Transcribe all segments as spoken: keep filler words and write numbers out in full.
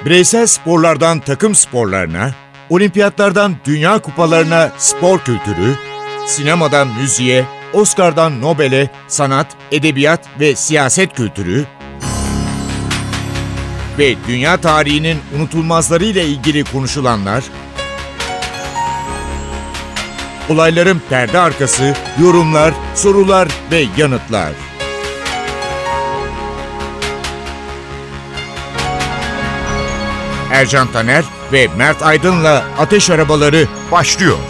Bireysel sporlardan takım sporlarına, olimpiyatlardan dünya kupalarına spor kültürü, sinemadan müziğe, Oscar'dan Nobel'e sanat, edebiyat ve siyaset kültürü ve dünya tarihinin unutulmazlarıyla ilgili konuşulanlar, olayların perde arkası, yorumlar, sorular ve yanıtlar. Ercan Taner ve Mert Aydın'la Ateş Arabaları başlıyor.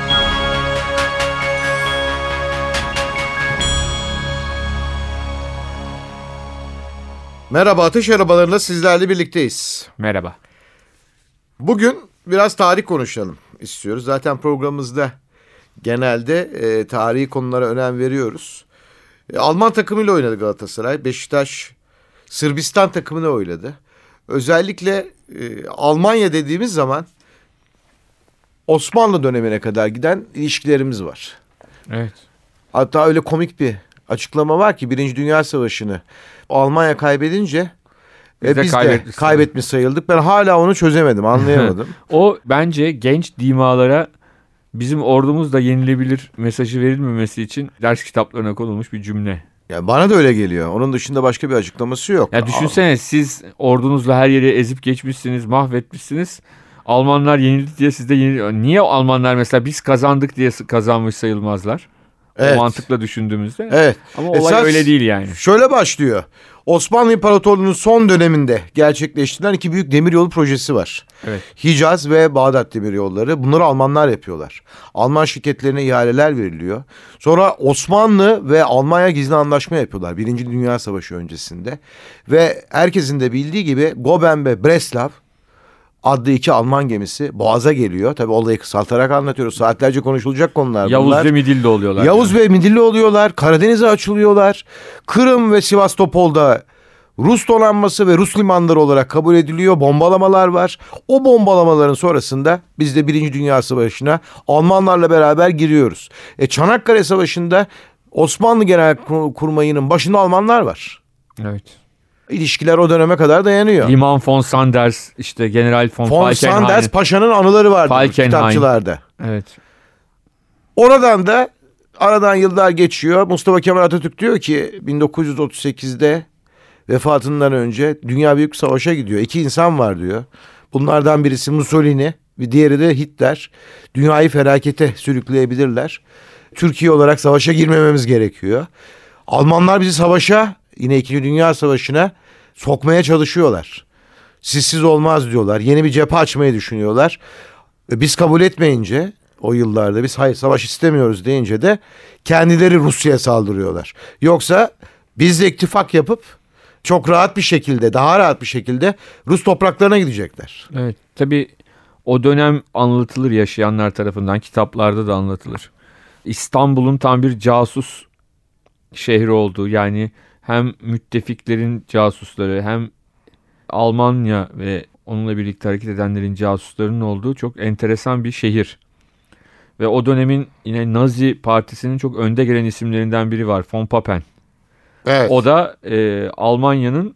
Merhaba, Ateş Arabaları'nda sizlerle birlikteyiz. Merhaba. Bugün biraz tarih konuşalım istiyoruz. Zaten programımızda genelde e, tarihi konulara önem veriyoruz. E, Alman takımıyla oynadı Galatasaray. Beşiktaş Sırbistan takımını oynadı. Özellikle e, Almanya dediğimiz zaman Osmanlı dönemine kadar giden ilişkilerimiz var. Evet. Hatta öyle komik bir açıklama var ki Birinci Dünya Savaşı'nı Almanya kaybedince biz, e, de, biz de kaybetmiş sayıldık. Ben hala onu çözemedim, anlayamadım. O bence genç dimalara bizim ordumuz da yenilebilir mesajı verilmemesi için ders kitaplarına konulmuş bir cümle. Yani bana da öyle geliyor. Onun dışında başka bir açıklaması yok. Ya düşünsene, siz ordunuzla her yeri ezip geçmişsiniz, mahvetmişsiniz. Almanlar yenildi diye siz de yeniliyor. Niye Almanlar mesela biz kazandık diye kazanmış sayılmazlar? Evet. O mantıkla düşündüğümüzde. Evet. Ama olay Esas öyle değil yani. Şöyle başlıyor. Osmanlı İmparatorluğu'nun son döneminde gerçekleştirilen iki büyük demiryolu projesi var. Evet. Hicaz ve Bağdat demiryolları. Bunları Almanlar yapıyorlar. Alman şirketlerine ihaleler veriliyor. Sonra Osmanlı ve Almanya gizli anlaşma yapıyorlar Birinci Dünya Savaşı öncesinde. Ve herkesin de bildiği gibi Goben ve Breslav adlı iki Alman gemisi Boğaz'a geliyor. Tabii olayı kısaltarak anlatıyoruz. Saatlerce konuşulacak konular Yavuz bunlar. ve Midilli oluyorlar. Yavuz yani. ve Midilli oluyorlar. Karadeniz'e açılıyorlar. Kırım ve Sivastopol'da Rus donanması ve Rus limanları olarak kabul ediliyor. Bombalamalar var. O bombalamaların sonrasında biz de Birinci Dünya Savaşı'na Almanlarla beraber giriyoruz. E Çanakkale Savaşı'nda Osmanlı Genelkurmayı'nın başında Almanlar var. Evet. İlişkiler o döneme kadar dayanıyor. Liman von Sanders, işte General von, von Falkenhayn. Sanders Paşa'nın anıları vardı Falkenhayn. kitapçılarda. Evet. Oradan da aradan yıllar geçiyor. Mustafa Kemal Atatürk diyor ki bin dokuz yüz otuz sekizde vefatından önce dünya büyük savaşa gidiyor. İki insan var diyor. Bunlardan birisi Mussolini, bir diğeri de Hitler. Dünyayı felakete sürükleyebilirler. Türkiye olarak savaşa girmememiz gerekiyor. Almanlar bizi savaşa, yine İkinci Dünya Savaşı'na sokmaya çalışıyorlar. Sizsiz olmaz diyorlar. Yeni bir cephe açmayı düşünüyorlar. Ve biz kabul etmeyince o yıllarda biz hayır savaş istemiyoruz deyince de kendileri Rusya'ya saldırıyorlar. Yoksa bizle ittifak yapıp çok rahat bir şekilde, daha rahat bir şekilde Rus topraklarına gidecekler. Evet, tabii o dönem anlatılır yaşayanlar tarafından, kitaplarda da anlatılır. İstanbul'un tam bir casus şehri olduğu, yani hem müttefiklerin casusları hem Almanya ve onunla birlikte hareket edenlerin casuslarının olduğu çok enteresan bir şehir. Ve o dönemin yine Nazi Partisi'nin çok önde gelen isimlerinden biri var, von Papen. Evet. O da e, Almanya'nın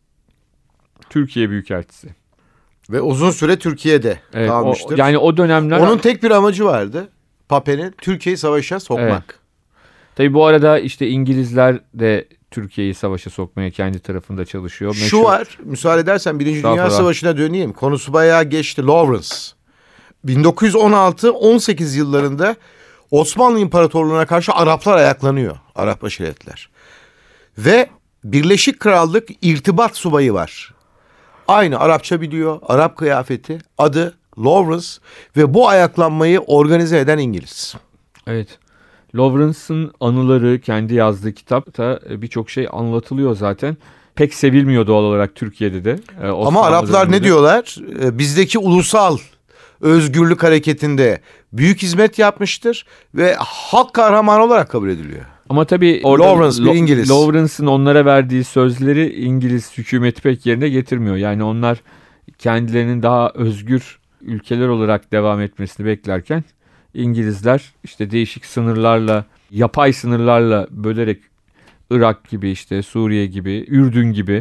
Türkiye Büyükelçisi. Ve uzun süre Türkiye'de evet, kalmıştır. O, yani o dönemler... Onun tek bir amacı vardı. Papen'in Türkiye'yi savaşa sokmak. Evet. Tabii bu arada işte İngilizler de Türkiye'yi savaşa sokmaya kendi tarafında çalışıyor. Şu Meşhur... var, müsaade edersen Birinci Dünya Savaşı'na döneyim. Konusu bayağı geçti. Lawrence. bin dokuz yüz on altı on sekiz yıllarında Osmanlı İmparatorluğu'na karşı Araplar ayaklanıyor. Arap aşiretler. Ve Birleşik Krallık irtibat subayı var. Aynı Arapça biliyor, Arap kıyafeti, adı Lawrence ve bu ayaklanmayı organize eden İngiliz. Evet. Lawrence'ın anıları, kendi yazdığı kitapta birçok şey anlatılıyor zaten. Pek sevilmiyor doğal olarak Türkiye'de de. Ama Araplar döneminde ne diyorlar? Bizdeki ulusal özgürlük hareketinde büyük hizmet yapmıştır ve halk kahramanı olarak kabul ediliyor. Ama tabii orada Lawrence bir İngiliz. Lawrence'ın onlara verdiği sözleri İngiliz hükümeti pek yerine getirmiyor. Yani onlar kendilerinin daha özgür ülkeler olarak devam etmesini beklerken İngilizler işte değişik sınırlarla, yapay sınırlarla bölerek Irak gibi, işte Suriye gibi, Ürdün gibi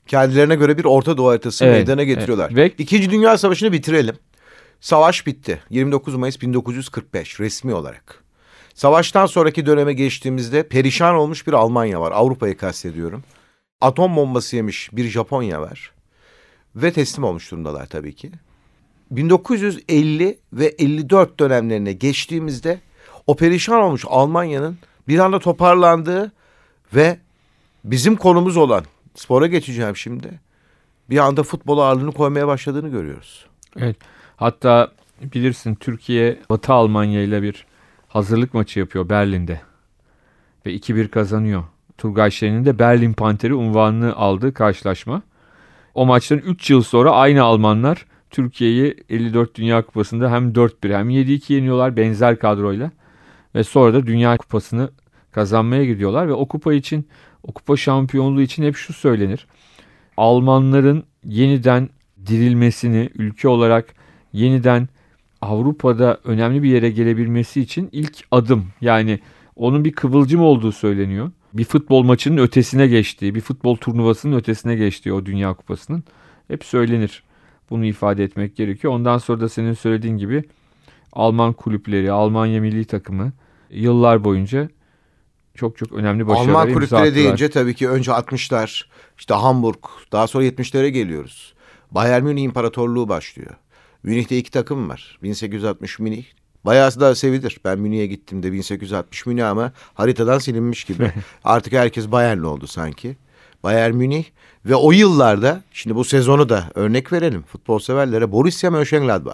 Kendilerine göre bir Orta Doğu haritası Evet, meydana getiriyorlar. evet. Ve- İkinci Dünya Savaşı'nı bitirelim. Savaş bitti. yirmi dokuz Mayıs bin dokuz yüz kırk beş resmi olarak. Savaştan sonraki döneme geçtiğimizde perişan olmuş bir Almanya var. Avrupa'yı kastediyorum. Atom bombası yemiş bir Japonya var. Ve teslim olmuş durumdalar tabii ki. bin dokuz yüz elli ve elli dört dönemlerine geçtiğimizde o perişan olmuş Almanya'nın bir anda toparlandığı ve bizim konumuz olan, spora geçeceğim şimdi, bir anda futbol ağırlığını koymaya başladığını görüyoruz. Evet. Hatta bilirsin Türkiye Batı Almanya ile bir hazırlık maçı yapıyor Berlin'de. Ve iki bir kazanıyor. Turgay Şen'in de Berlin Panteri unvanını aldığı karşılaşma. O maçtan üç yıl sonra aynı Almanlar Türkiye'yi elli dört Dünya Kupası'nda hem dört bir hem yedi iki yeniyorlar benzer kadroyla. Ve sonra da Dünya Kupası'nı kazanmaya gidiyorlar. Ve o kupa için, o kupa şampiyonluğu için hep şu söylenir. Almanların yeniden dirilmesini, ülke olarak yeniden Avrupa'da önemli bir yere gelebilmesi için ilk adım. Yani onun bir kıvılcım olduğu söyleniyor. Bir futbol maçının ötesine geçtiği, bir futbol turnuvasının ötesine geçtiği o Dünya Kupası'nın hep söylenir. Bunu ifade etmek gerekiyor. Ondan sonra da senin söylediğin gibi Alman kulüpleri, Almanya milli takımı yıllar boyunca çok çok önemli başarılar imza Alman kulüpleri attılar. deyince tabii ki önce altmışlar, işte Hamburg, daha sonra yetmişlere geliyoruz. Bayern Münih İmparatorluğu başlıyor. Münih'te iki takım var. bin sekiz yüz altmış Münih. Bayağı da sevilir. Ben Münih'e gittiğimde bin sekiz yüz altmış Münih ama haritadan silinmiş gibi. Artık herkes Bayernli oldu sanki. Bayern Münih ve o yıllarda, şimdi bu sezonu da örnek verelim futbol severlere, Borussia Mönchengladbach.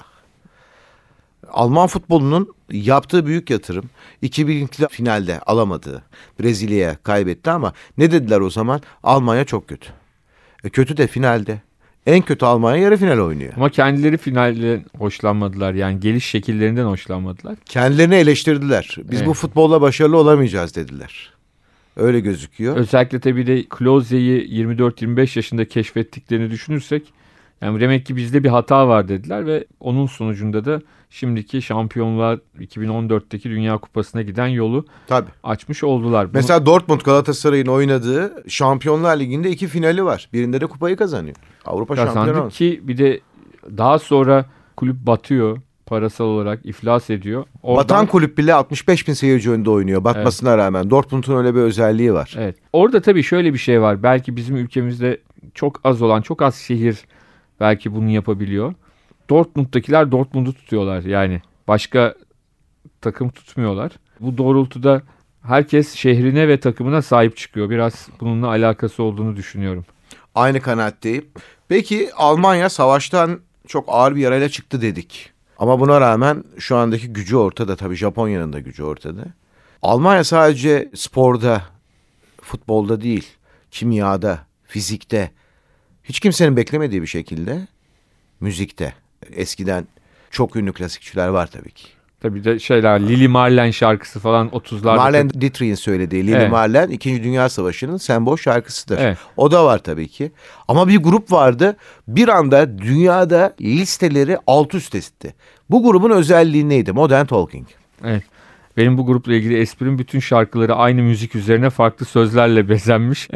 Alman futbolunun yaptığı büyük yatırım, iki bin iki finalde alamadığı, Brezilya'ya kaybetti ama ne dediler o zaman? Almanya çok kötü. E kötü de finalde. En kötü Almanya yarı final oynuyor. Ama kendileri finalde hoşlanmadılar. Yani geliş şekillerinden hoşlanmadılar. Kendilerini eleştirdiler. Biz Evet. bu futbolla başarılı olamayacağız dediler. Öyle gözüküyor. Özellikle tabii de Klose'yi yirmi dört yirmi beş yaşında keşfettiklerini düşünürsek, yani demek ki bizde bir hata var dediler ve onun sonucunda da şimdiki şampiyonluğa iki bin on dörtteki Dünya Kupası'na giden yolu Tabii. açmış oldular. Bunu... Mesela Dortmund Galatasaray'ın oynadığı Şampiyonlar Ligi'nde iki finali var. Birinde de kupayı kazanıyor. Avrupa şampiyonu kazandık olmuş. ki bir de daha sonra kulüp batıyor. Parasal olarak iflas ediyor. Oradan... Batan kulüp bile altmış beş bin seyirci önünde oynuyor. Batmasına evet. rağmen. Dortmund'un öyle bir özelliği var. Evet. Orada tabii şöyle bir şey var. Belki bizim ülkemizde çok az olan, çok az şehir belki bunu yapabiliyor. Dortmund'dakiler Dortmund'u tutuyorlar. Yani başka takım tutmuyorlar. Bu doğrultuda herkes şehrine ve takımına sahip çıkıyor. Biraz bununla alakası olduğunu düşünüyorum. Aynı kanaatteyim. Peki Almanya savaştan çok ağır bir yarayla çıktı dedik. Ama buna rağmen şu andaki gücü ortada. Tabii Japonya'nın da gücü ortada. Almanya sadece sporda, futbolda değil, kimyada, fizikte, hiç kimsenin beklemediği bir şekilde müzikte. Eskiden çok ünlü klasikçiler var tabii ki. Tabii de şeyler, Lili Marlen şarkısı falan otuzlarda. Marlene Dietrich'in söylediği Lili evet. Marlen İkinci Dünya Savaşı'nın sembol şarkısıdır. Evet. O da var tabii ki. Ama bir grup vardı. Bir anda dünyada listeleri alt üst etti. Bu grubun özelliği neydi? Modern Talking. Evet. Benim bu grupla ilgili esprim, bütün şarkıları aynı müzik üzerine farklı sözlerle bezenmiş.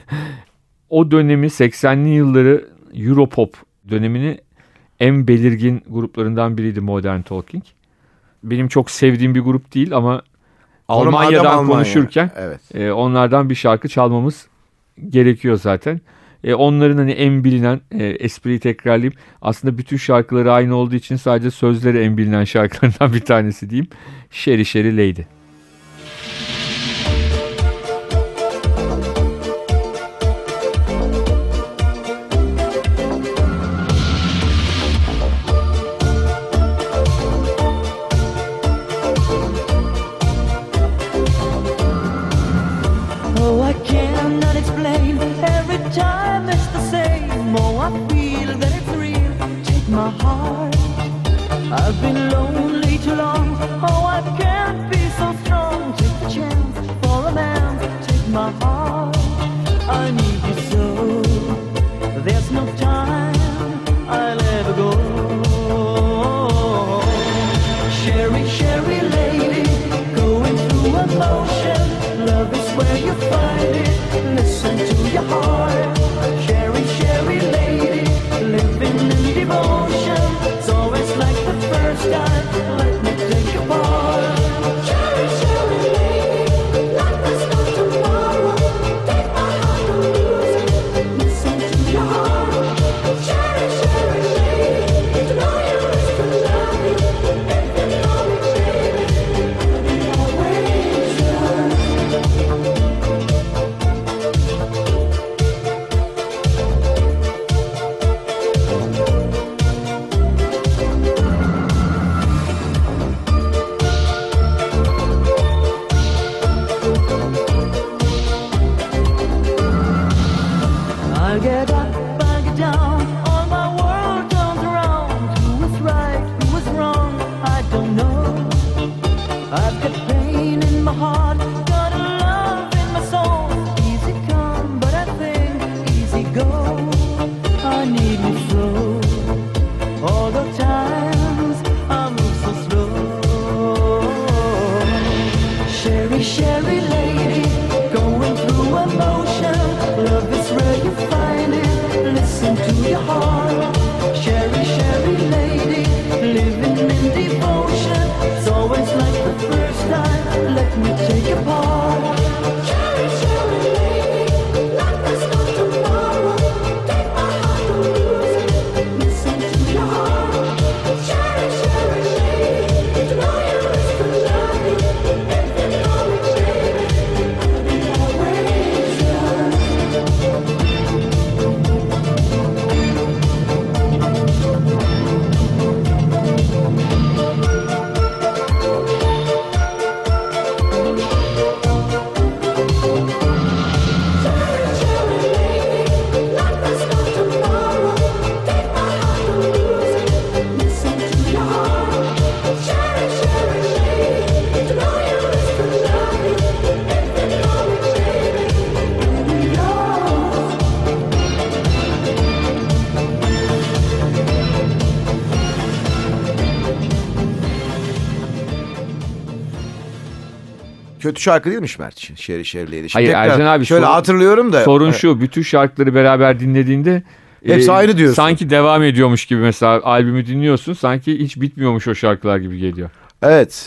O dönemi, seksenli yılları Europop dönemini en belirgin gruplarından biriydi Modern Talking. Benim çok sevdiğim bir grup değil ama Onun Almanya'dan Almanya. konuşurken evet. e, onlardan bir şarkı çalmamız gerekiyor zaten. E, onların hani en bilinen, e, espriyi tekrarlayayım, aslında bütün şarkıları aynı olduğu için sadece sözleri en bilinen şarkılarından bir tanesi diyeyim. Şeri Şeri Lady. My heart, I've been lonely too long. Oh, I can't be so I get up, I get down, all my world turns around. Who was right, who was wrong, I don't know. I've got pain in my heart, got a love in my soul. Easy come, but I think easy go. I need you slow. All the times I move so slow. Sherry, Sherry lady, going through emotion. Love is where you find it. Listen to your heart. Sherry, Sherry lady, living in devotion. It's always like the first time. Let me take your part. Sherry, Sherry lady, like there's no tomorrow. Take my heart to lose it. Listen to your heart. Sherry, Sherry lady, to know you is to love me. If you know it, baby, I'll be always yours. Kötü şarkı değilmiş Mert için. Şeri Şeri'leydi. Hayır, Ercan abi, şöyle sorun- hatırlıyorum da. Sorun şu, bütün şarkıları beraber dinlediğinde Hepsi aynı diyorsun. Sanki devam ediyormuş gibi, mesela albümü dinliyorsun, sanki hiç bitmiyormuş o şarkılar gibi geliyor. Evet.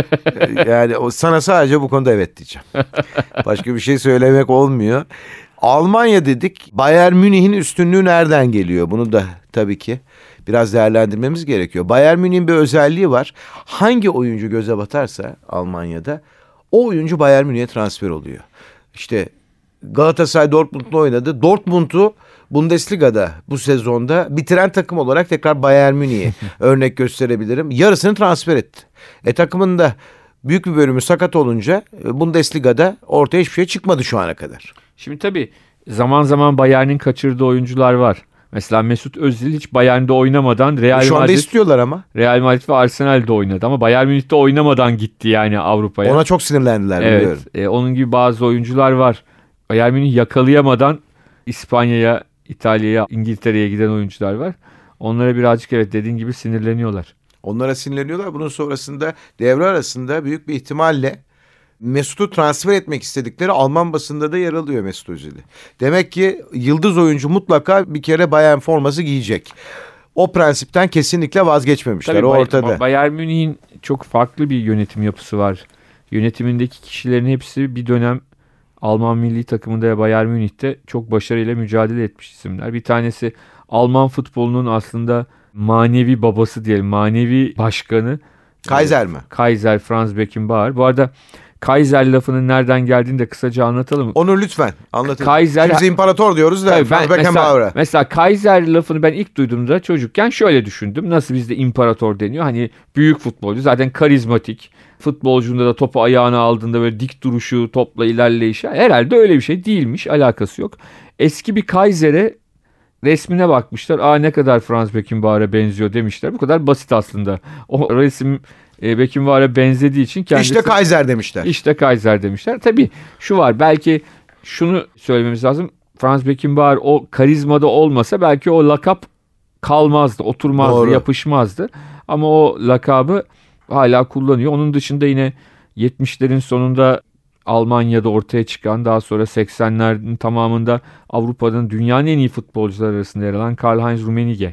Yani o, sana sadece bu konuda evet diyeceğim. Başka bir şey söylemek olmuyor. Almanya dedik. Bayern Münih'in üstünlüğü nereden geliyor? Bunu da tabii ki biraz değerlendirmemiz gerekiyor. Bayern Münih'in bir özelliği var. Hangi oyuncu göze batarsa Almanya'da o oyuncu Bayern Münih'e transfer oluyor. İşte Galatasaray Dortmund'la oynadı. Dortmund'u Bundesliga'da bu sezonda bitiren takım olarak tekrar Bayern Münih'e örnek gösterebilirim. Yarısını transfer etti. E takımın da büyük bir bölümü sakat olunca Bundesliga'da ortaya hiçbir şey çıkmadı şu ana kadar. Şimdi tabii zaman zaman Bayern'in kaçırdığı oyuncular var. Mesela Mesut Özil hiç Bayern'de oynamadan Real Şu anda Madrid, istiyorlar ama. Real Madrid ve Arsenal'de oynadı ama Bayern Münih'te oynamadan gitti yani Avrupa'ya. Ona çok sinirlendiler evet, biliyorum. E, onun gibi bazı oyuncular var. Bayern Münih yakalayamadan İspanya'ya, İtalya'ya, İngiltere'ye giden oyuncular var. Onlara birazcık evet dediğin gibi sinirleniyorlar. Onlara sinirleniyorlar. Bunun sonrasında devre arasında büyük bir ihtimalle Mesut'u transfer etmek istedikleri Alman basında da yer alıyor Mesut Özil'i. Demek ki yıldız oyuncu mutlaka bir kere Bayern forması giyecek. O prensipten kesinlikle vazgeçmemişler. Tabii o Bay- ortada. Bayern Münih'in çok farklı bir yönetim yapısı var. Yönetimindeki kişilerin hepsi bir dönem Alman milli takımında ve Bayern Münih'te çok başarıyla mücadele etmiş isimler. Bir tanesi Alman futbolunun aslında manevi babası diyelim, manevi başkanı. Kaiser mi? Kaiser Franz Beckenbauer. Bu arada Kaiser lafının nereden geldiğini de kısaca anlatalım. Onu lütfen anlatın. Kaiser- Şimdi biz imparator diyoruz da Tabii ben Franz mesela, Beckenbauer'a. mesela Kaiser lafını ben ilk duyduğumda çocukken şöyle düşündüm. Nasıl bizde imparator deniyor? Hani büyük futbolcu, zaten karizmatik. Futbolcunda da topu ayağına aldığında böyle dik duruşu, topla ilerleyişi. Herhalde öyle bir şey değilmiş. Alakası yok. Eski bir Kaiser'e resmine bakmışlar. Aa ne kadar Franz Beckenbauer'a benziyor demişler. Bu kadar basit aslında. O resim e, Beckenbauer'a benzediği için kendisi... İşte Kaiser demişler. İşte Kaiser demişler. Tabii şu var, belki şunu söylememiz lazım. Franz Beckenbauer o karizmada olmasa belki o lakap kalmazdı, oturmazdı, Doğru. yapışmazdı. Ama o lakabı hala kullanıyor. Onun dışında yine yetmişlerin sonunda Almanya'da ortaya çıkan, daha sonra seksenlerin tamamında Avrupa'nın dünyanın en iyi futbolcular arasında yer alan Karl-Heinz Rummenigge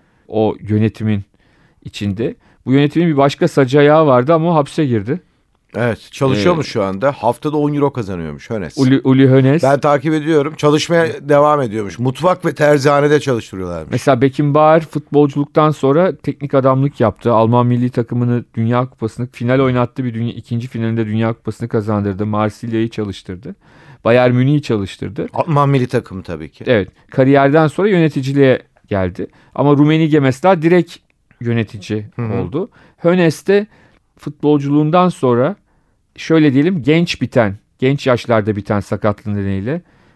o yönetimin içinde. Bu yönetimin bir başka sac ayağı vardı ama o hapse girdi. Evet, çalışıyormuş ee, şu anda. Haftada on euro kazanıyormuş Hönes. Uli, Uli Hoeneß. Ben takip ediyorum. Çalışmaya devam ediyormuş. Mutfak ve terzihanede çalıştırıyorlarmış. Mesela Beckenbauer futbolculuktan sonra teknik adamlık yaptı. Alman milli takımını Dünya Kupası'nı final oynattı. Bir dünya, ikinci finalinde Dünya Kupası'nı kazandırdı. Marsilya'yı çalıştırdı. Bayern Münih'i çalıştırdı. Alman milli takım tabii ki. Evet. Kariyerden sonra yöneticiliğe geldi. Ama Rummenigge mesela direkt yönetici Hı-hı. oldu. Hoeneß de futbolculuğundan sonra şöyle diyelim genç biten, genç yaşlarda biten sakatlığın nedeniyle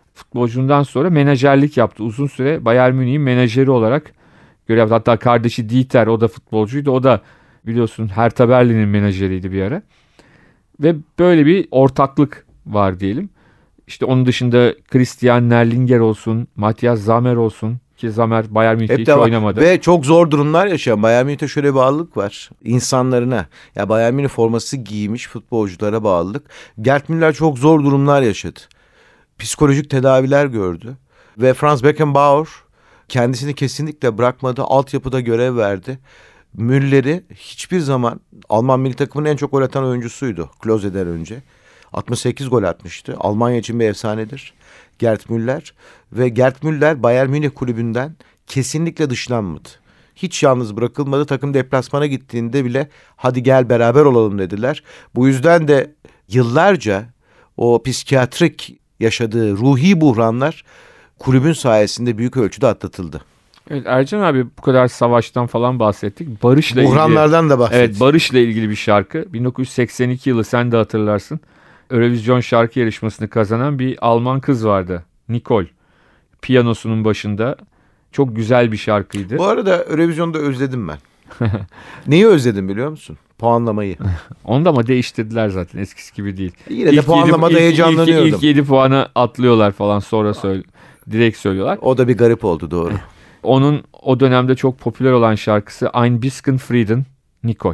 futbolcundan sonra menajerlik yaptı. Uzun süre Bayern Münih'in menajeri olarak görev yaptı. Hatta kardeşi Dieter, o da futbolcuydu. O da biliyorsun Hertha Berlin'in menajeriydi bir ara. Ve böyle bir ortaklık var diyelim. İşte onun dışında Christian Nerlinger olsun, Matthias Sammer olsun ki Sammer Bayern Münih'te hiç oynamadı. Ve çok zor durumlar yaşayan Bayern Münih'te şöyle bir bağlılık var. İnsanlarına, ya Bayern Münih forması giymiş futbolculara bağlılık. Gerd Müller çok zor durumlar yaşadı. Psikolojik tedaviler gördü. Ve Franz Beckenbauer kendisini kesinlikle bırakmadı. Altyapıda görev verdi. Müller'i hiçbir zaman Alman milli takımının en çok gol atan oyuncusuydu Klose'den önce. altmış sekiz gol atmıştı. Almanya için bir efsanedir Gerd Müller. Ve Gerd Müller Bayern Münih kulübünden kesinlikle dışlanmadı. Hiç yalnız bırakılmadı. Takım deplasmana gittiğinde bile hadi gel beraber olalım dediler. Bu yüzden de yıllarca o psikiyatrik yaşadığı ruhi buhranlar kulübün sayesinde büyük ölçüde atlatıldı. Evet Ercan abi, bu kadar savaştan falan bahsettik. Barış'la ilgili. Buhranlardan da bahsettik. Evet, Barış'la ilgili bir şarkı. bin dokuz yüz seksen iki yılı, sen de hatırlarsın. Eurovision şarkı yarışmasını kazanan bir Alman kız vardı. Nicole. Piyanosunun başında. Çok güzel bir şarkıydı. Bu arada Eurovision'da özledim ben. Neyi özledim biliyor musun? Puanlamayı. Onu da ama değiştirdiler zaten, eskisi gibi değil. Yine de puanlamada yedi, heyecanlanıyordum. İlk, ilk yedi puanı atlıyorlar falan, sonra söyle, direkt söylüyorlar. O da bir garip oldu, doğru. Onun o dönemde çok popüler olan şarkısı Ein bisschen Frieden, Nicole.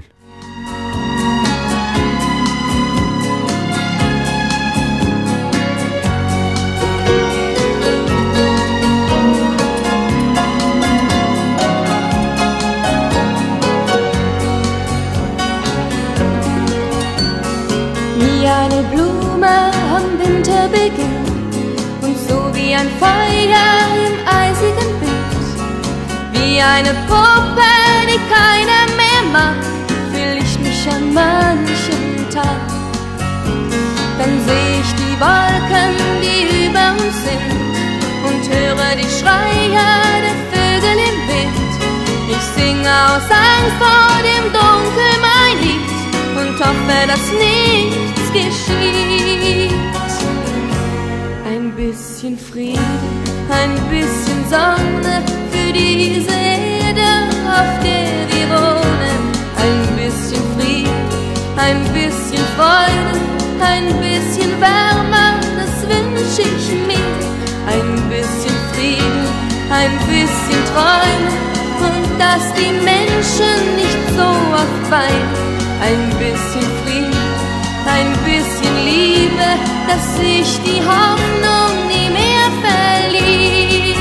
Wie eine Blume am Winter beginnt und so wie ein Feuer im eisigen Wind, wie eine Puppe, die keiner mehr mag, fühl ich mich an manchem Tag. Dann seh ich die Wolken, die über uns sind und höre die Schreie der Vögel im Wind. Ich singe aus Angst vor dem Dunkel mein Lied und hoffe, dass nichts geschieht. Ein bisschen Frieden, ein bisschen Sonne für diese Erde, auf der wir wohnen. Ein bisschen Frieden, ein bisschen Freude, ein bisschen Wärme, das wünsch ich mir. Ein bisschen Frieden, ein bisschen Träume und dass die Menschen nicht so oft weinen. Ein bisschen Frieden, ein bisschen Liebe, dass ich die Hoffnung nie mehr verliere.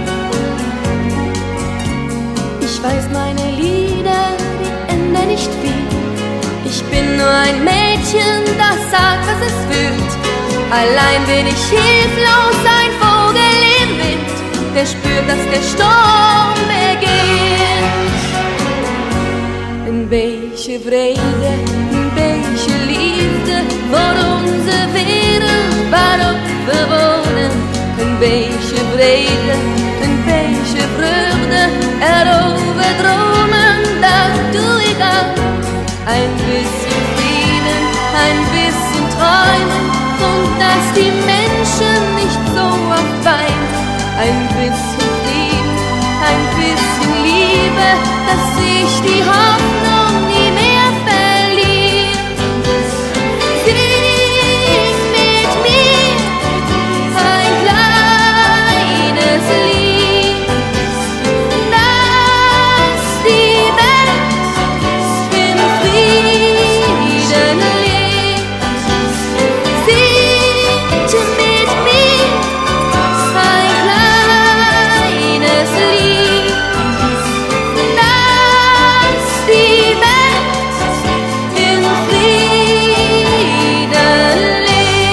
Ich weiß, meine Lieder, die ändern nicht viel. Ich bin nur ein Mädchen, das sagt, was es fühlt. Allein bin ich hilflos, ein Vogel im Wind, der spürt, dass der Sturm beginnt. In welche Vrede, in welche Liefde voor onze wereld waarop we wonen. In welche Vrede, in welche Vreugde erover dromen, dat doe ik ook. Ein bisschen Frieden, ein bisschen Träumen und dass die Menschen nicht so oft weinen. Ein bisschen Frieden, ein bisschen Liebe, dass ich die Hoffnung nie mehr verliere. Sing mit mir ein kleines Lied, dass die Welt in Frieden lebt. Singt mit mir ein kleines Lied, dass die Welt in Frieden lebt.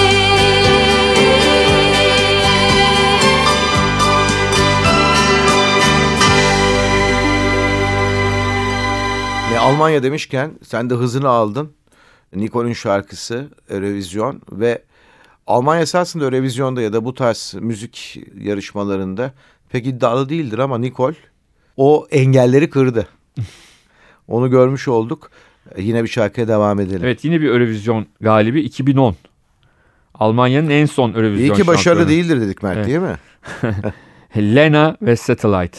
Ne, Almanya demişken sen de hızını aldın. Nicole'un şarkısı Eurovision ve Almanya esasında Eurovision'da ya da bu tarz müzik yarışmalarında pek iddialı değildir ama Nicole o engelleri kırdı. Onu görmüş olduk. Yine bir şarkıya devam edelim. Evet, yine bir Eurovision galibi iki bin on. Almanya'nın en son Eurovision İyi ki başarılı şampiyonu. değildir dedik Mert, Evet. değil mi? Lena ve Satellite.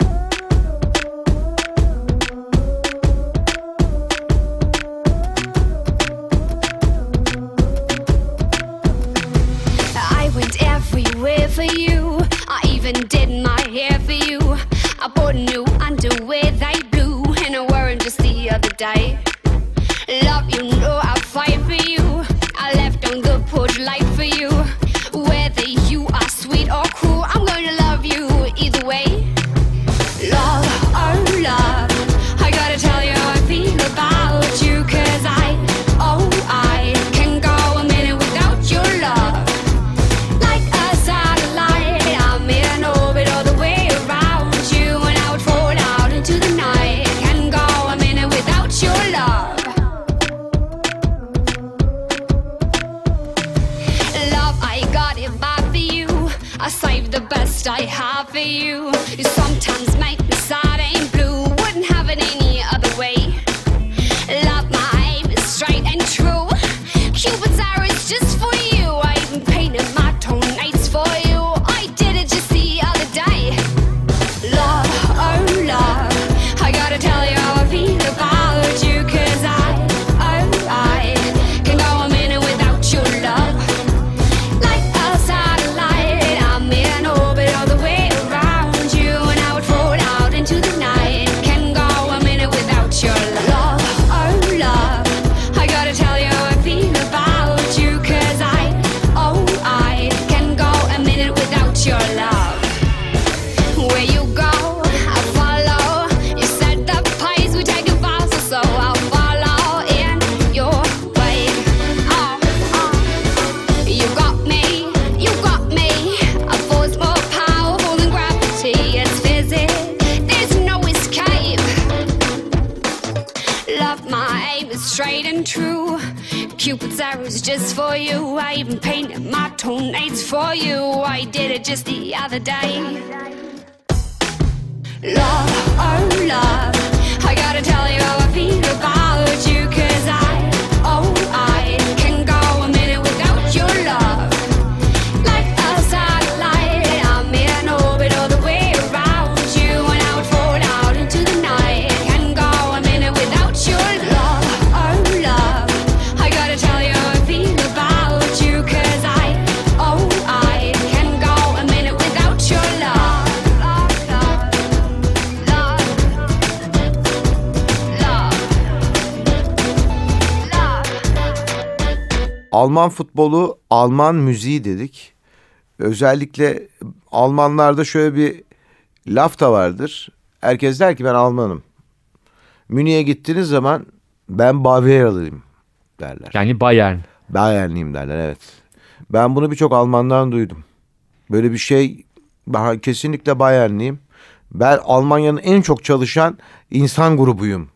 I went everywhere for you. I even did my hair for you. I bought new underwear, they blue, and I wore 'em just the other day. Love, you know I'll fight for you. I left on the porch light for you. Whether you are sweet or cruel, I'm gonna love you either way. Love, oh love, I gotta tell you how I feel about you. 'Cause I, oh I, can go a minute without your love. Like a satellite, I'm in orbit all the way around you, and I would fall out into the night. Can go a minute without your love. Love, I got it bad for you. I saved the best I have for you. You sometimes make me sad and blue. Wouldn't have it any other way. Love, my aim is straight and true. Cupid's arrow is just for you. I even painted my toenails for you. I did it just the other day. Love, oh love, I gotta tell you how I feel about you. 'Cause I, oh I, can go a minute without your love. Like a satellite, I'm in orbit all the way around you, and I would fall out into the night. Can go a minute without your love. Oh love, I gotta tell you how I feel about you. 'Cause I, oh I, can go a minute without your love. Where you go, I follow. You said the place we take a vow, so so I'll follow in your way. Oh, oh. You got me, you got me. A force more powerful than gravity. It's physics, there's no escape. Love, my aim is straight and true. Cupid's arrows just for you. I even painted my toenails for you. I did it just the other day. Love, oh love, I gotta tell you how I feel about you. 'Cause I, oh I, can go a minute without your love. Like a satellite, I'm in orbit all the way around you, and I would fall out into the night. Can go a minute without your love. Oh love, I gotta tell you how I feel about you. 'Cause I, oh I, can go a minute without your love. Love, love, love, love, love. Alman futbolu, Alman müziği dedik. Özellikle Almanlarda şöyle bir laf da vardır. Herkes der ki ben Almanım. Münih'e gittiğiniz zaman ben Bavyeralıyım derler. Yani Bayern. Bayernliyim derler, evet. Ben bunu birçok Almandan duydum. Böyle bir şey, ben kesinlikle Bayernliyim. Ben Almanya'nın en çok çalışan insan grubuyum.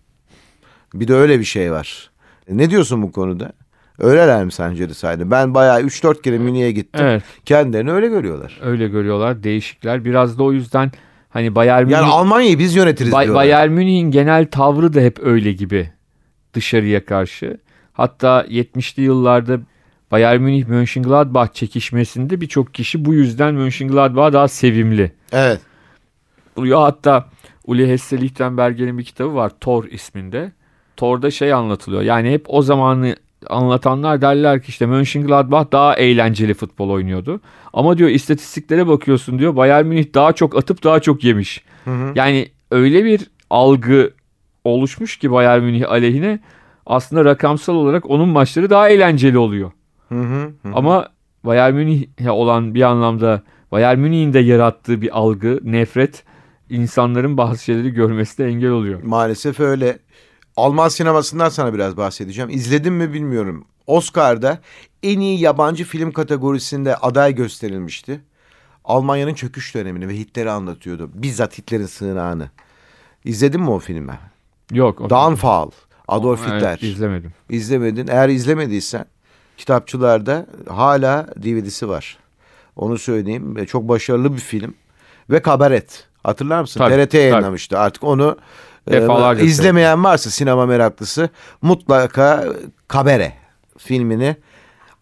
Bir de öyle bir şey var. Ne diyorsun bu konuda? Öyleler mi sence de saydı? Ben bayağı üç dört kere Münih'e gittim. Evet. Kendilerini öyle görüyorlar. Öyle görüyorlar. Değişikler. Biraz da o yüzden hani Bayern Münih... Yani Almanya'yı biz yönetiriz Bay- diyorlar. Bayern Münih'in genel tavrı da hep öyle gibi dışarıya karşı. Hatta yetmişli yıllarda Bayern Münih Mönchengladbach çekişmesinde birçok kişi bu yüzden Mönchengladbach'a daha sevimli Evet. oluyor. Hatta Uli Hesse Lichtenberger'in bir kitabı var, Tor isminde. Tor'da şey anlatılıyor. Yani hep o zamanı anlatanlar derler ki işte Mönchengladbach daha eğlenceli futbol oynuyordu. Ama diyor istatistiklere bakıyorsun diyor, Bayern Münih daha çok atıp daha çok yemiş. Hı hı. Yani öyle bir algı oluşmuş ki Bayern Münih aleyhine, aslında rakamsal olarak onun maçları daha eğlenceli oluyor. Hı hı, hı. Ama Bayern Münih'e olan bir anlamda Bayern Münih'in de yarattığı bir algı, nefret, insanların bazı şeyleri görmesine engel oluyor. Maalesef öyle. Alman sinemasından sana biraz bahsedeceğim. İzledin mi bilmiyorum. Oscar'da en iyi yabancı film kategorisinde aday gösterilmişti. Almanya'nın çöküş dönemini ve Hitler'i anlatıyordu. Bizzat Hitler'in sığınağını. İzledin mi o filmi? Yok. o- Downfall. Adolf Evet, Hitler. izlemedim. İzlemedin. Eğer izlemediysen kitapçılarda hala D V D'si var. Onu söyleyeyim. Ve çok başarılı bir film. Ve Kabaret. Hatırlar mısın? Tabii, T R T tabii. yayınlamıştı. Artık onu Defalarca e, izlemeyen varsa sinema meraklısı mutlaka Kabare filmini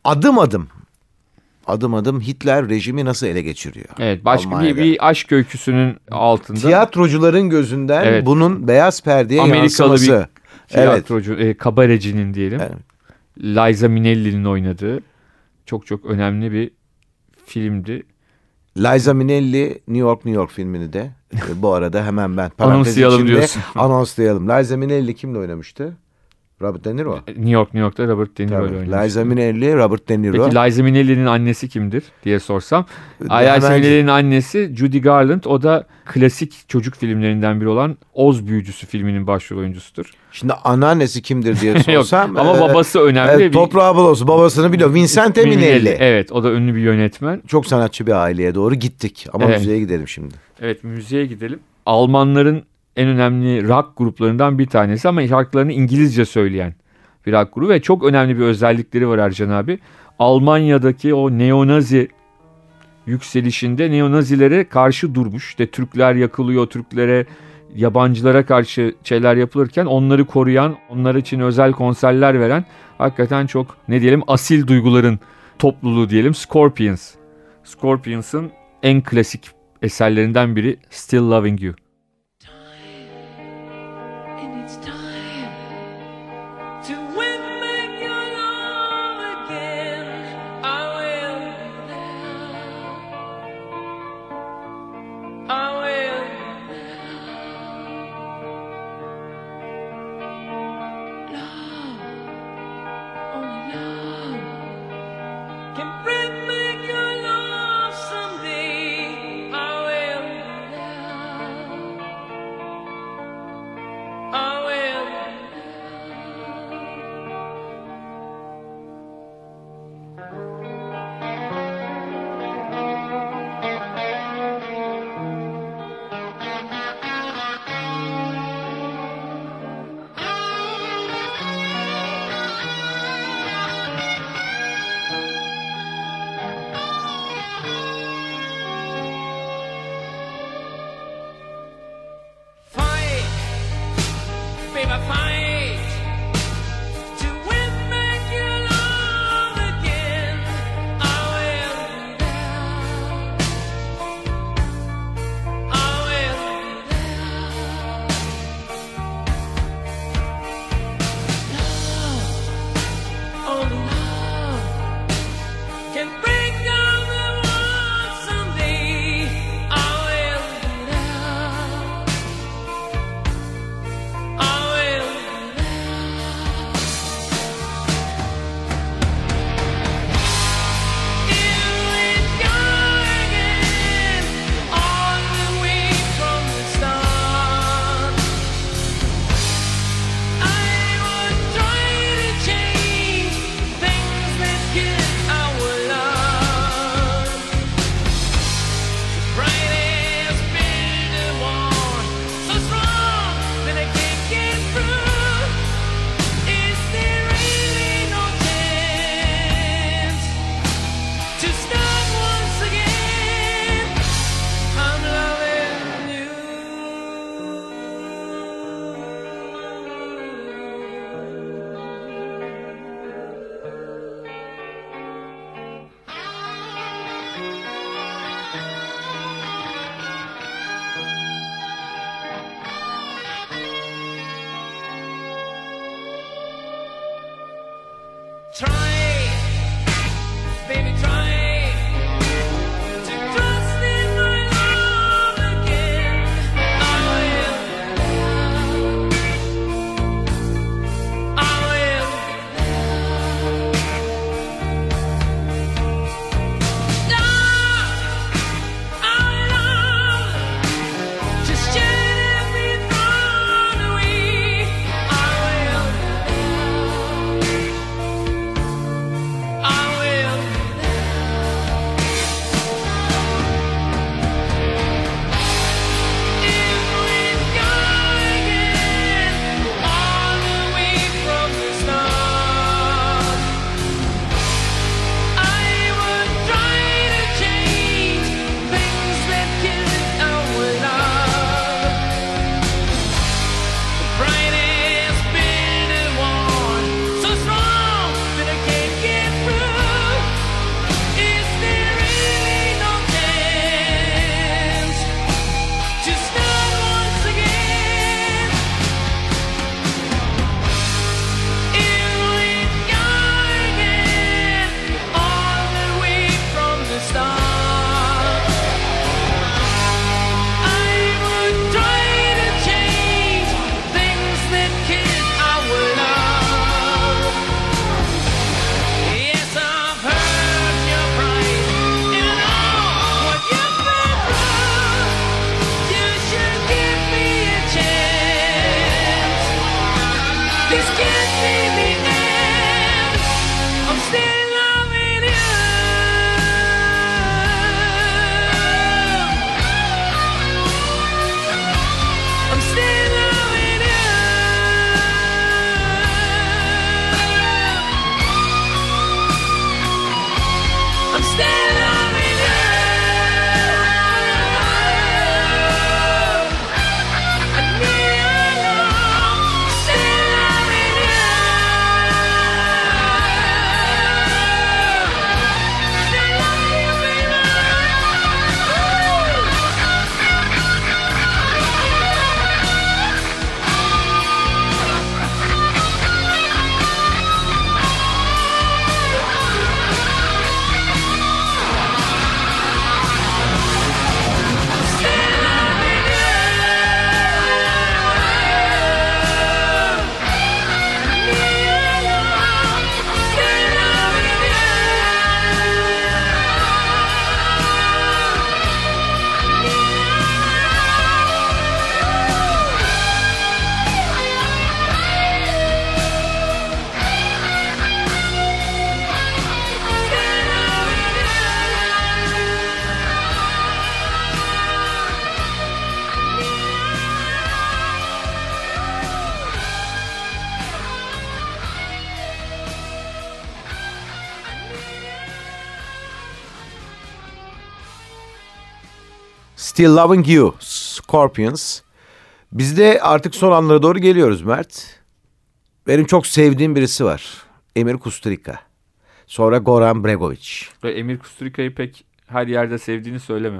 adım adım adım adım Hitler rejimi nasıl ele geçiriyor? Evet, başka bir, Almanya'da. bir aşk öyküsünün altında. Tiyatrocuların gözünden Evet. bunun beyaz perdeye Amerikalı yansıması. bir Evet. tiyatrocu, e, kabarecinin diyelim. Evet. Liza Minnelli'nin oynadığı çok çok önemli bir filmdi. Liza Minnelli New York New York filmini de e, bu arada hemen ben parantez Anonslayalım içinde diyorsun. anonslayalım. Liza Minnelli kimle oynamıştı? Robert De Niro. New York New York'ta Robert De Niro ile Tabii. oynamıştı. Liza Minnelli, Robert De Niro. Peki Liza Minnelli'nin annesi kimdir diye sorsam. Hemen- Liza Minnelli'nin annesi Judy Garland. O da klasik çocuk filmlerinden biri olan Oz Büyücüsü filminin başrol oyuncusudur. Şimdi anneannesi kimdir diye Yok, sorsam. ama e, babası önemli. Evet, bir- toprağı bol olsun. Babasını biliyor. Vincente Minnelli. Evet, o da ünlü bir yönetmen. Çok sanatçı bir aileye doğru gittik. Ama Evet. müzeye gidelim şimdi. Evet, müziğe gidelim. Almanların en önemli rock gruplarından bir tanesi ama şarkılarını İngilizce söyleyen bir rock grubu ve çok önemli bir özellikleri var Ercan abi. Almanya'daki o neonazi yükselişinde neonazilere karşı durmuş. İşte Türkler yakılıyor, Türklere, yabancılara karşı şeyler yapılırken onları koruyan, onlar için özel konserler veren hakikaten çok ne diyelim asil duyguların topluluğu diyelim Scorpions. Scorpions'ın en klasik eserlerinden biri Still Loving You. And it's time to win back your love again. I will be there. I will be there. Love, only love can bring back your love someday. I will be there. Still Loving You, Scorpions. Biz de artık son anlara doğru geliyoruz Mert. Benim çok sevdiğim birisi var. Emir Kusturica. Sonra Goran Bregovic. Ve Emir Kusturica'yı pek her yerde sevdiğini söyleme.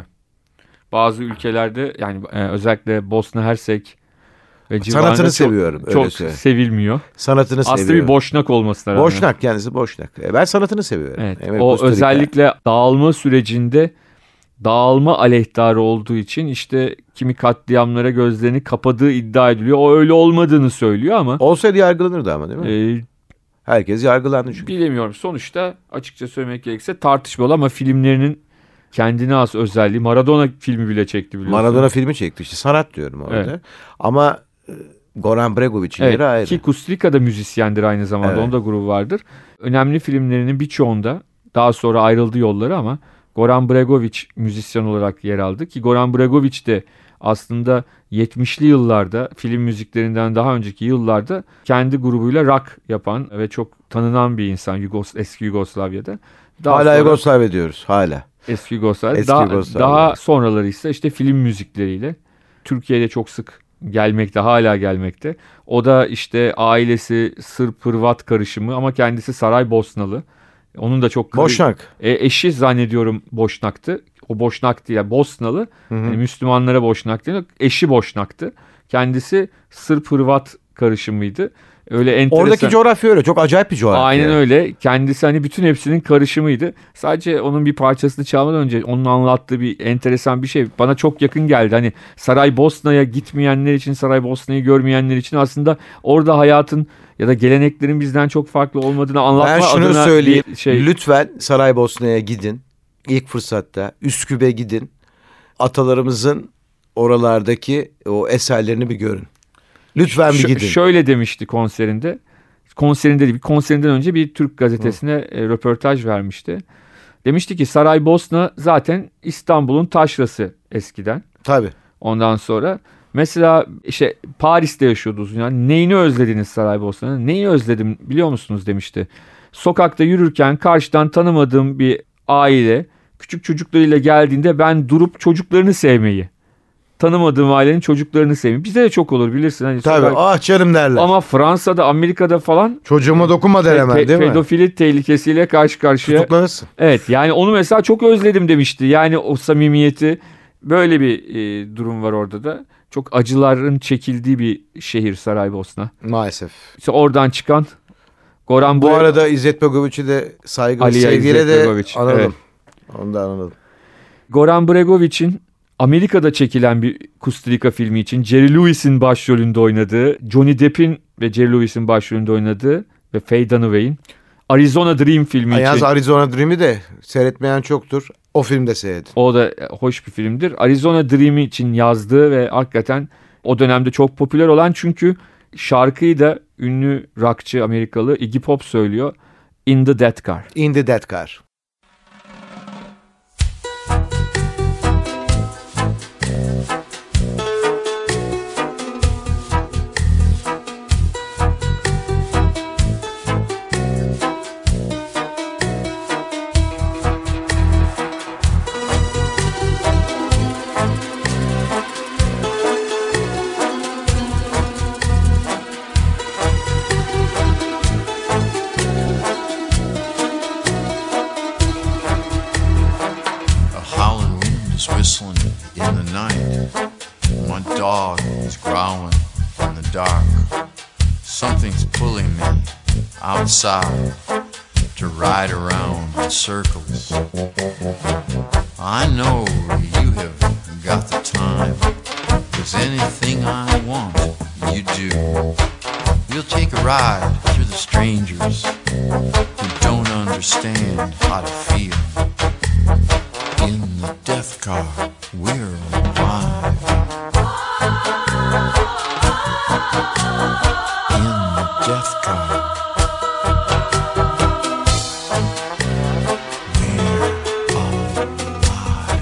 Bazı ülkelerde yani e, özellikle Bosna Hersek ve civarında Sanatını çok, seviyorum. Öyle çok söyleyeyim. sevilmiyor. Sanatını Aslında seviyorum. bir boşnak olmasına rağmen. Boşnak, kendisi boşnak. E, Ben sanatını seviyorum. Evet, Emir o Kusturica. özellikle dağılma sürecinde dağılma aleyhtarı olduğu için işte kimi katliamlara gözlerini kapadığı iddia ediliyor. O öyle olmadığını söylüyor ama Olsaydı yargılanırdı ama değil mi? e, Herkes yargılandı çünkü. bilemiyorum. Sonuçta açıkça söylemek gerekirse tartışmalı ama filmlerinin kendine has özelliği. Maradona filmi bile çekti biliyorsun. Maradona filmi çekti işte. Sanat diyorum orada. Evet. Ama e, Goran Bregovic'in Evet, yeri ayrı. ki Kusturica da müzisyendir aynı zamanda. Evet. Onda grubu vardır. Önemli filmlerinin birçoğunda daha sonra ayrıldı yolları ama Goran Bregovic müzisyen olarak yer aldı. Ki Goran Bregovic de aslında yetmişli yıllarda film müziklerinden daha önceki yıllarda kendi grubuyla rock yapan ve çok tanınan bir insan Yugos eski Yugoslavya'da. Daha Hala sonra- Yugoslavya diyoruz. Hala. Eski Yugoslavya. Eski Daha, Yugoslavya. daha sonraları ise işte film müzikleriyle Türkiye'de çok sık gelmekte, hala gelmekte. O da işte ailesi Sırp Hırvat karışımı ama kendisi Saraybosnalı. Onun da çok Boşnak. E, eşi zannediyorum Boşnak'tı. O Boşnak değil, yani Bosnalı. Yani Müslümanlara Boşnak değil. Eşi Boşnak'tı. Kendisi Sırp Hırvat karışımıydı. Öyle enteresan. Oradaki coğrafya öyle. Çok acayip bir coğrafya. Aynen öyle. Kendisi hani bütün hepsinin karışımıydı. Sadece onun bir parçasını çalmadan önce onun anlattığı bir enteresan bir şey bana çok yakın geldi. Hani Saraybosna'ya gitmeyenler için, Saraybosna'yı görmeyenler için aslında orada hayatın ya da geleneklerin bizden çok farklı olmadığını anlatma Ben şunu adına söyleyeyim. bir şey. Lütfen Saraybosna'ya gidin. İlk fırsatta. Üsküp'e gidin. Atalarımızın oralardaki o eserlerini bir görün. Lütfen bir Ş- gidin. Şöyle demişti konserinde. Konserinde değil, bir konserinden önce bir Türk gazetesine e, röportaj vermişti. Demişti ki Saraybosna zaten İstanbul'un taşrası eskiden. Tabii. Ondan sonra mesela işte Paris'te yaşıyordunuz. Yani neyini özlediniz Saraybosna'nın? Neyi özledim biliyor musunuz demişti. Sokakta yürürken karşıdan tanımadığım bir aile küçük çocuklarıyla geldiğinde ben durup çocuklarını sevmeyi. Tanımadığım ailenin çocuklarını sevmeyi. Bizde de çok olur bilirsin. Hani Tabii. sokak- Ah canım derler. Ama Fransa'da, Amerika'da falan Çocuğuma dokunma der pe- hemen pe- değil mi? pedofili tehlikesiyle karşı karşıya. Tutuklanırsın. Evet, yani onu mesela çok özledim demişti. Yani o samimiyeti, böyle bir e, durum var orada da. Çok acıların çekildiği bir şehir Saraybosna. Maalesef. İşte oradan çıkan Goran Bu Bre- arada İzzet Begoviç'i de saygı ve Aliya sevgiyle İzzet de Begoviç, analım. evet. Onu da analım. Goran Bregovic'in Amerika'da çekilen bir Kusturica filmi için Jerry Lewis'in başrolünde oynadığı, Johnny Depp'in ve Jerry Lewis'in başrolünde oynadığı ve Faye Dunaway'in Arizona Dream filmi Yalnız için. Arizona Dream'i de seyretmeyen çoktur. O filmde seyredin. O da hoş bir filmdir. Arizona Dream için yazdığı ve hakikaten o dönemde çok popüler olan, çünkü şarkıyı da ünlü rockçı Amerikalı Iggy Pop söylüyor. In the Death Car. In the Death Car. A howling wind is whistling in the night. My dog is growling in the dark. Something's pulling me outside to ride around in circles. I know you have got the time, 'cause anything I want, you do. We'll take a ride through the strangers who don't understand how to feel. In the death car, we're alive. In the death car, we're alive.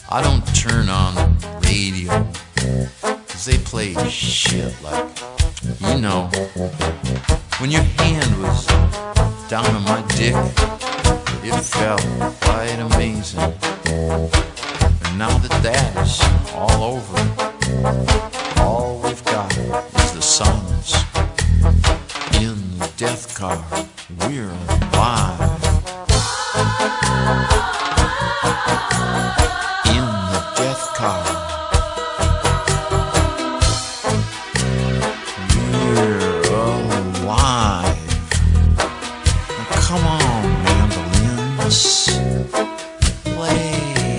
I don't turn on the radio, 'cause they play shit like, you know, when your hand was down on my dick, it felt quite amazing. And now that that's all over, all we've got is the silence. In the death car, we're alive. In the death car, we're alive. Now come on, mandolins, play.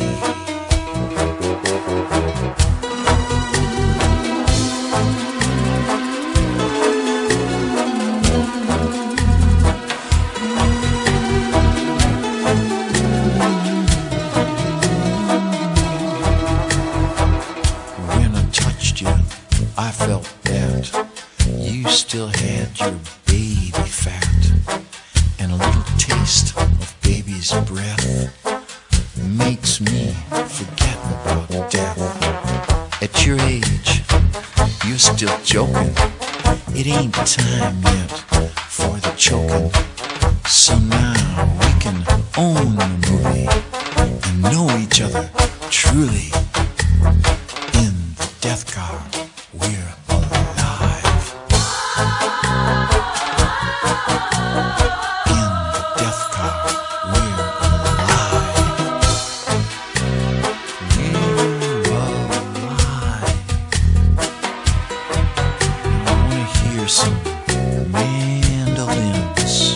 When I touched you, I felt that you still had your baby fat, and a little taste of baby's breath makes me forget about death. At your age, you're still joking. It ain't time yet for the choking. So now we can own the movie and know each other truly. In the death car, we're alive. In the death car, we're alive. We're alive. I wanna hear some mandolins.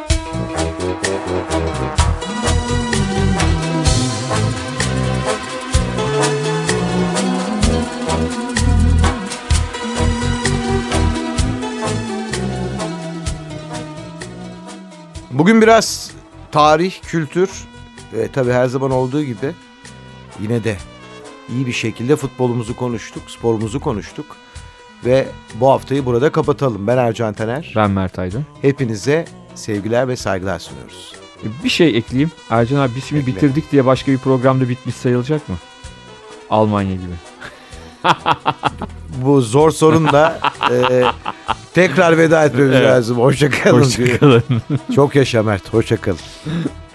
Bugün biraz tarih, kültür ve tabii her zaman olduğu gibi yine de iyi bir şekilde futbolumuzu konuştuk, sporumuzu konuştuk. Ve bu haftayı burada kapatalım. Ben Ercan Taner. Ben Mert Aydın. Hepinize sevgiler ve saygılar sunuyoruz. Bir şey ekleyeyim. Ercan abi biz şimdi Ekle. bitirdik diye başka bir programda bitmiş sayılacak mı? Almanya gibi. Bu zor sorunla e, tekrar veda etmemiz Evet. lazım. Hoşça kalın. Hoşçakalın. Çok yaşa Mert. Hoşça kalın.